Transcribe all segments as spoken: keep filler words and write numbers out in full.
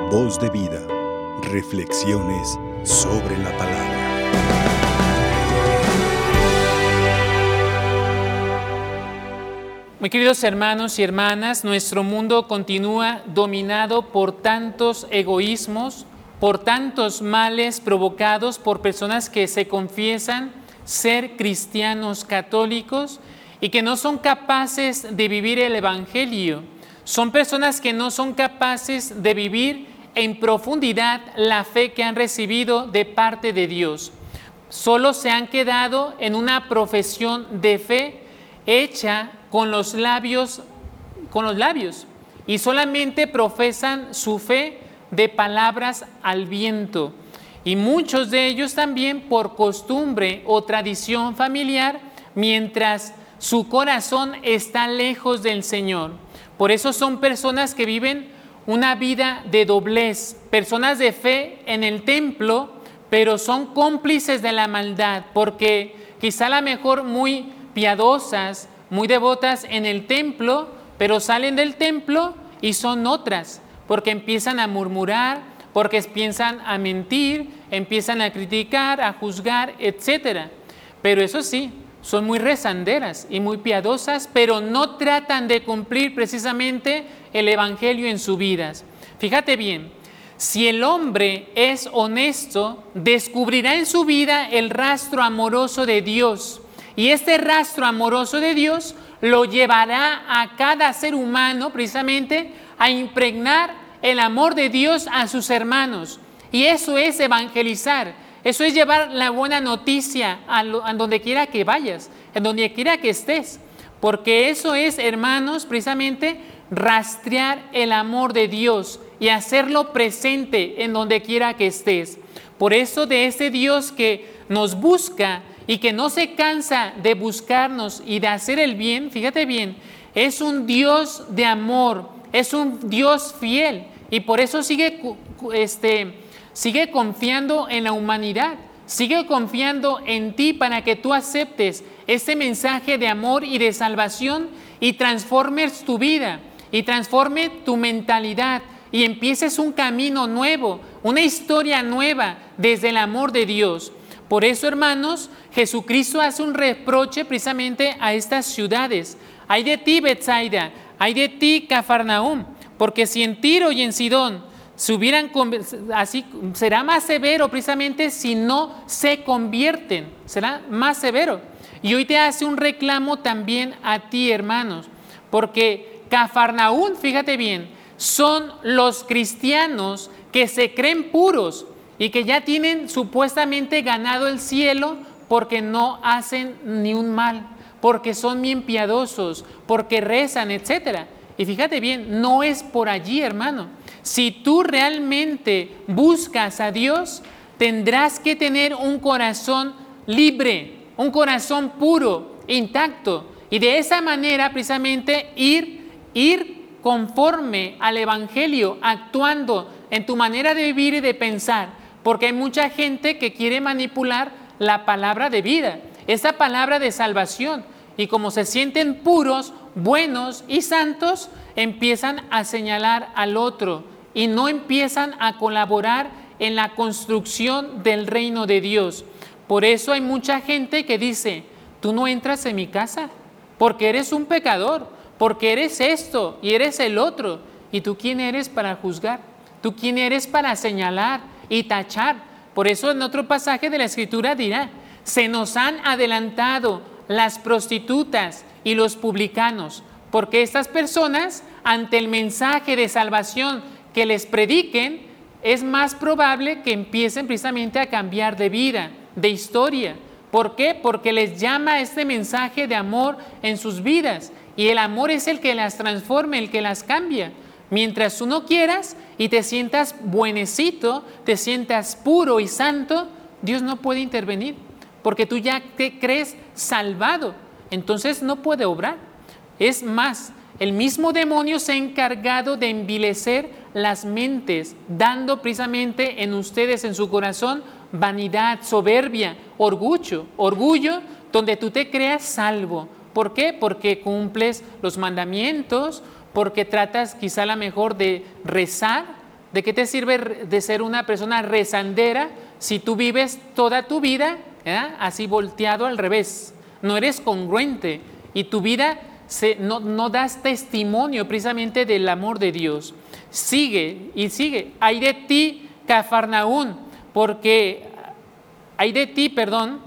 Voz de vida. Reflexiones sobre la palabra. Muy queridos hermanos y hermanas, nuestro mundo continúa dominado por tantos egoísmos, por tantos males provocados por personas que se confiesan ser cristianos católicos y que no son capaces de vivir el Evangelio. Son personas que no son capaces de vivir en profundidad la fe que han recibido de parte de Dios. Solo se han quedado en una profesión de fe hecha con los labios, con los labios, y solamente profesan su fe de palabras al viento. Y muchos de ellos también por costumbre o tradición familiar, mientras su corazón está lejos del Señor. Por eso son personas que viven una vida de doblez, personas de fe en el templo, pero son cómplices de la maldad, porque quizá a lo mejor muy piadosas, muy devotas en el templo, pero salen del templo y son otras, porque empiezan a murmurar, porque empiezan a mentir, empiezan a criticar, a juzgar, etcétera. Pero eso sí, son muy rezanderas y muy piadosas, pero no tratan de cumplir precisamente el Evangelio en sus vidas. Fíjate bien, si el hombre es honesto, descubrirá en su vida el rastro amoroso de Dios. Y este rastro amoroso de Dios lo llevará a cada ser humano precisamente a impregnar el amor de Dios a sus hermanos. Y eso es evangelizar, eso es llevar la buena noticia a, lo, a donde quiera que vayas, en donde quiera que estés. Porque eso es, hermanos, precisamente rastrear el amor de Dios y hacerlo presente en donde quiera que estés. Por eso de ese Dios que nos busca y que no se cansa de buscarnos y de hacer el bien, fíjate bien, es un Dios de amor, es un Dios fiel y por eso sigue, este, sigue confiando en la humanidad, sigue confiando en ti para que tú aceptes este mensaje de amor y de salvación y transformes tu vida y transforme tu mentalidad y empieces un camino nuevo, una historia nueva desde el amor de Dios. Por eso, hermanos, Jesucristo hace un reproche precisamente a estas ciudades. Ay de ti, Betsaida, ay de ti, Cafarnaúm, porque si en Tiro y en Sidón se hubieran, así será más severo precisamente si no se convierten, será más severo. Y hoy te hace un reclamo también a ti, hermanos, porque Cafarnaúm, fíjate bien, son los cristianos que se creen puros y que ya tienen supuestamente ganado el cielo porque no hacen ni un mal, porque son bien piadosos, porque rezan, etcétera. Y fíjate bien, no es por allí, hermano. Si tú realmente buscas a Dios, tendrás que tener un corazón libre, un corazón puro, intacto, y de esa manera precisamente ir, ir conforme al Evangelio, actuando en tu manera de vivir y de pensar. Porque hay mucha gente que quiere manipular la palabra de vida, esa palabra de salvación. Y como se sienten puros, buenos y santos, empiezan a señalar al otro y no empiezan a colaborar en la construcción del reino de Dios. Por eso hay mucha gente que dice, tú no entras en mi casa porque eres un pecador, porque eres esto y eres el otro. ¿Y tú quién eres para juzgar? ¿Tú quién eres para señalar y tachar? Por eso en otro pasaje de la Escritura dirá, se nos han adelantado las prostitutas y los publicanos, porque estas personas, ante el mensaje de salvación que les prediquen, es más probable que empiecen precisamente a cambiar de vida, de historia. ¿Por qué? Porque les llama este mensaje de amor en sus vidas, y el amor es el que las transforma, el que las cambia. Mientras tú no quieras y te sientas buenecito, te sientas puro y santo, Dios no puede intervenir, porque tú ya te crees salvado, entonces no puede obrar. Es más, el mismo demonio se ha encargado de envilecer las mentes, dando precisamente en ustedes, en su corazón, vanidad, soberbia, orgullo, orgullo, donde tú te creas salvo. ¿Por qué? Porque cumples los mandamientos, porque tratas quizá a lo mejor de rezar, ¿De qué te sirve de ser una persona rezandera si tú vives toda tu vida ¿eh? así volteado al revés? No eres congruente y tu vida se, no, no das testimonio precisamente del amor de Dios. Sigue y sigue. Hay de ti, Cafarnaún, porque hay de ti, perdón,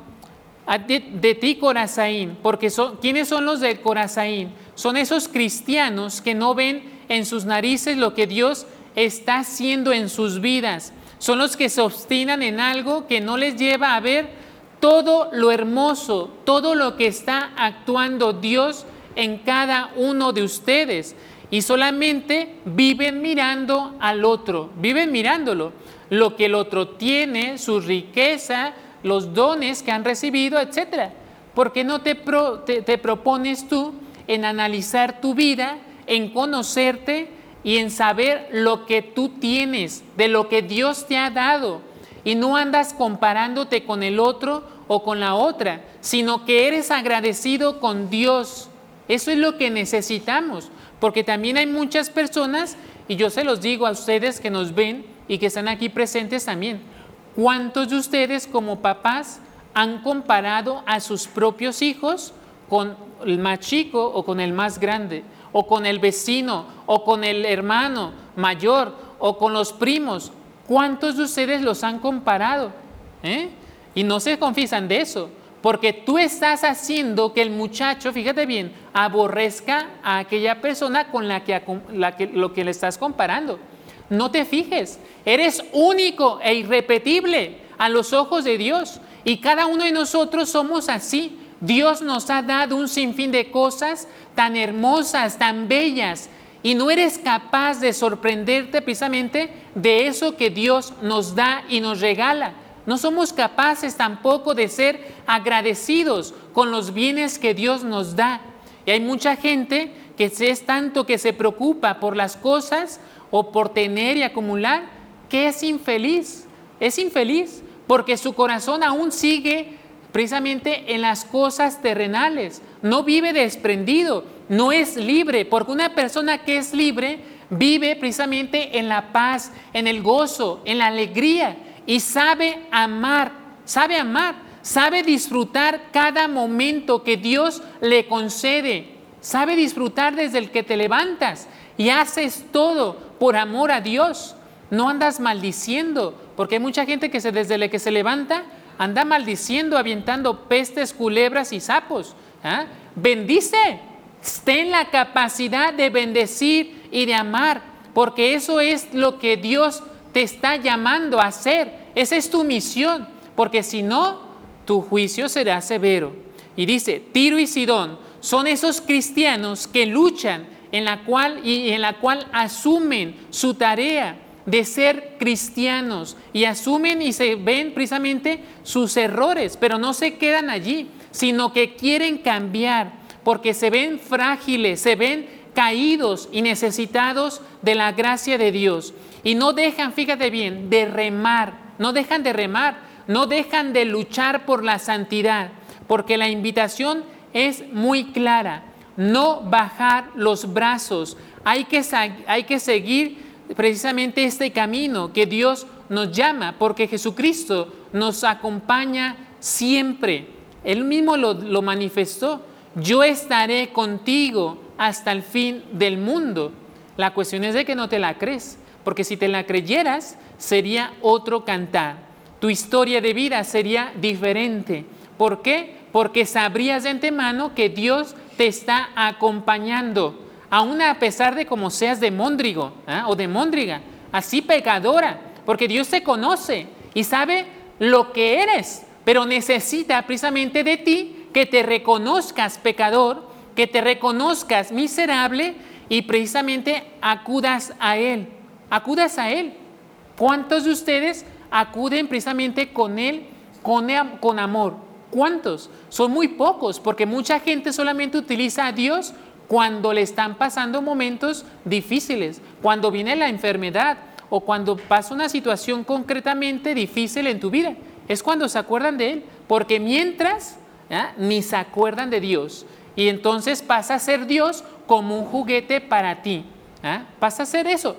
de, de ti, Corazaín, porque son, ¿quiénes son los de Corazaín? Son esos cristianos que no ven en sus narices lo que Dios está haciendo en sus vidas. Son los que se obstinan en algo que no les lleva a ver todo lo hermoso, todo lo que está actuando Dios en cada uno de ustedes. Y solamente viven mirando al otro, viven mirándolo, lo que el otro tiene, su riqueza, los dones que han recibido, etcétera. ¿Por qué no te, pro, te, te propones tú en analizar tu vida, en conocerte y en saber lo que tú tienes, de lo que Dios te ha dado? Y no andas comparándote con el otro o con la otra, sino que eres agradecido con Dios. Eso es lo que necesitamos, porque también hay muchas personas, y yo se los digo a ustedes que nos ven y que están aquí presentes también, ¿cuántos de ustedes como papás han comparado a sus propios hijos con el más chico o con el más grande, o con el vecino, o con el hermano mayor, o con los primos? ¿Cuántos de ustedes los han comparado? ¿Eh? Y no se confiesan de eso, porque tú estás haciendo que el muchacho, fíjate bien, aborrezca a aquella persona con la que, la que, lo que le estás comparando. No te fijes, eres único e irrepetible a los ojos de Dios, y cada uno de nosotros somos así. Dios nos ha dado un sinfín de cosas tan hermosas, tan bellas, y no eres capaz de sorprenderte precisamente de eso que Dios nos da y nos regala. No somos capaces tampoco de ser agradecidos con los bienes que Dios nos da. Y hay mucha gente que es tanto que se preocupa por las cosas o por tener y acumular, que es infeliz. Es infeliz porque su corazón aún sigue precisamente en las cosas terrenales. No vive desprendido, no es libre, porque una persona que es libre vive precisamente en la paz, en el gozo, en la alegría, y sabe amar, sabe amar, sabe disfrutar cada momento que Dios le concede, sabe disfrutar desde el que te levantas y haces todo por amor a Dios. No andas maldiciendo, porque hay mucha gente que se, desde el que se levanta anda maldiciendo, avientando pestes, culebras y sapos. ¿Ah? Bendice, ten la capacidad de bendecir y de amar, porque eso es lo que Dios te está llamando a hacer. Esa es tu misión, porque si no, tu juicio será severo. Y dice, Tiro y Sidón son esos cristianos que luchan en la cual, y en la cual asumen su tarea de ser cristianos, y asumen y se ven precisamente sus errores, pero no se quedan allí, sino que quieren cambiar, porque se ven frágiles, se ven caídos y necesitados de la gracia de Dios. Y no dejan, fíjate bien, de remar, no dejan de remar, no dejan de luchar por la santidad, porque la invitación es muy clara: no bajar los brazos. Hay que, hay que seguir precisamente este camino que Dios nos llama, porque Jesucristo nos acompaña siempre. Él mismo lo, lo manifestó: yo estaré contigo hasta el fin del mundo. La cuestión es de que no te la crees, porque si te la creyeras, sería otro cantar. Tu historia de vida sería diferente. ¿Por qué? Porque sabrías de antemano que Dios te está acompañando, aún a pesar de como seas de móndrigo ¿eh? o de móndriga, así pecadora, porque Dios te conoce y sabe lo que eres, pero necesita precisamente de ti que te reconozcas pecador, que te reconozcas miserable y precisamente acudas a Él, acudas a Él. ¿Cuántos de ustedes acuden precisamente con Él, con, con amor? ¿Cuántos? Son muy pocos, porque mucha gente solamente utiliza a Dios cuando le están pasando momentos difíciles, cuando viene la enfermedad o cuando pasa una situación concretamente difícil en tu vida. Es cuando se acuerdan de Él, porque mientras ¿eh? ni se acuerdan de Dios. Y entonces pasa a ser Dios como un juguete para ti. ¿eh? Pasa a ser eso.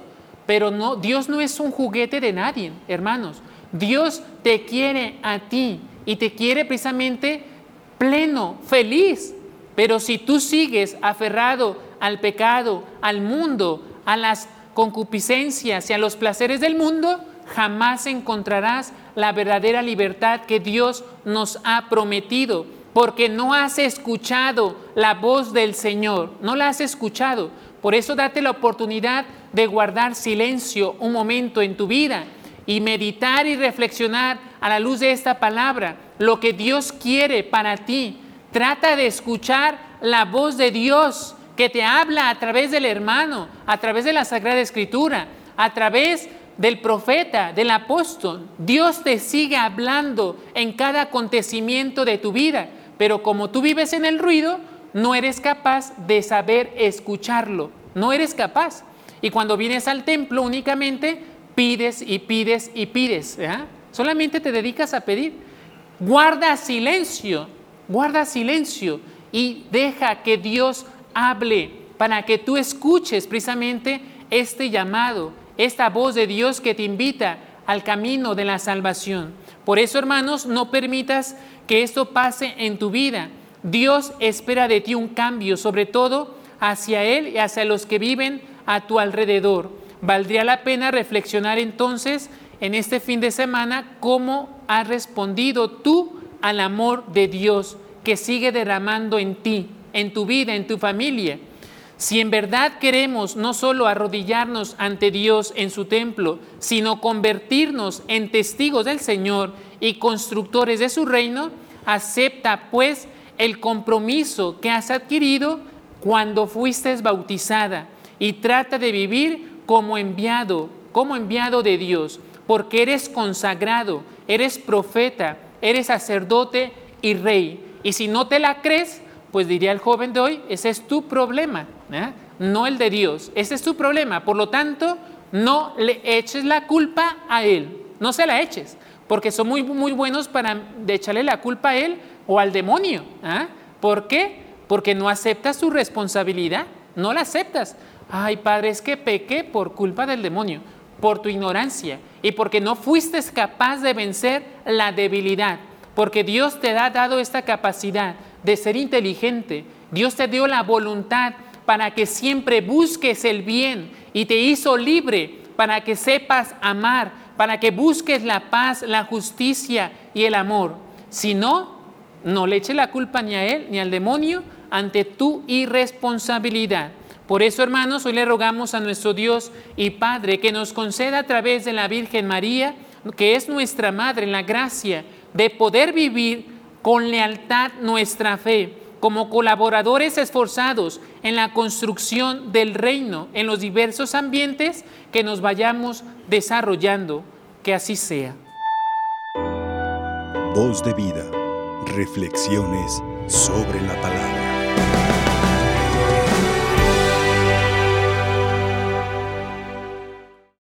pero no, Dios no es un juguete de nadie, hermanos. Dios te quiere a ti y te quiere precisamente pleno, feliz. Pero si tú sigues aferrado al pecado, al mundo, a las concupiscencias y a los placeres del mundo, jamás encontrarás la verdadera libertad que Dios nos ha prometido, porque no has escuchado la voz del Señor, no la has escuchado. Por eso date la oportunidad de guardar silencio un momento en tu vida y meditar y reflexionar a la luz de esta palabra lo que Dios quiere para ti. Trata de escuchar la voz de Dios que te habla a través del hermano, a través de la Sagrada Escritura, a través del profeta, del apóstol. Dios te sigue hablando en cada acontecimiento de tu vida, pero como tú vives en el ruido, no eres capaz de saber escucharlo, no eres capaz. Y cuando vienes al templo únicamente pides y pides y pides, ¿eh? Solamente te dedicas a pedir. Guarda silencio, guarda silencio y deja que Dios hable para que tú escuches precisamente este llamado, esta voz de Dios que te invita al camino de la salvación. Por eso, hermanos, no permitas que esto pase en tu vida. Dios espera de ti un cambio, sobre todo hacia Él y hacia los que viven a tu alrededor. Valdría la pena reflexionar entonces en este fin de semana cómo has respondido tú al amor de Dios que sigue derramando en ti, en tu vida, en tu familia. Si en verdad queremos no solo arrodillarnos ante Dios en su templo, sino convertirnos en testigos del Señor y constructores de su reino, acepta pues el compromiso que has adquirido cuando fuiste bautizada y trata de vivir como enviado, como enviado de Dios, porque eres consagrado, eres profeta, eres sacerdote y rey. Y si no te la crees, pues diría el joven de hoy, ese es tu problema, ¿eh? No el de Dios, ese es tu problema. Por lo tanto, no le eches la culpa a Él, no se la eches, porque son muy, muy buenos para echarle la culpa a Él o al demonio. ¿eh? ¿Por qué? Porque no aceptas su responsabilidad, no la aceptas. Ay, Padre, es que pequé por culpa del demonio, por tu ignorancia y porque no fuiste capaz de vencer la debilidad, porque Dios te ha dado esta capacidad de ser inteligente. Dios te dio la voluntad para que siempre busques el bien y te hizo libre para que sepas amar, para que busques la paz, la justicia y el amor. Si no, no le eches la culpa ni a Él ni al demonio ante tu irresponsabilidad. Por eso, hermanos, hoy le rogamos a nuestro Dios y Padre que nos conceda a través de la Virgen María, que es nuestra Madre, la gracia de poder vivir con lealtad nuestra fe, como colaboradores esforzados en la construcción del reino en los diversos ambientes que nos vayamos desarrollando. Que así sea. Voz de vida. Reflexiones sobre la palabra.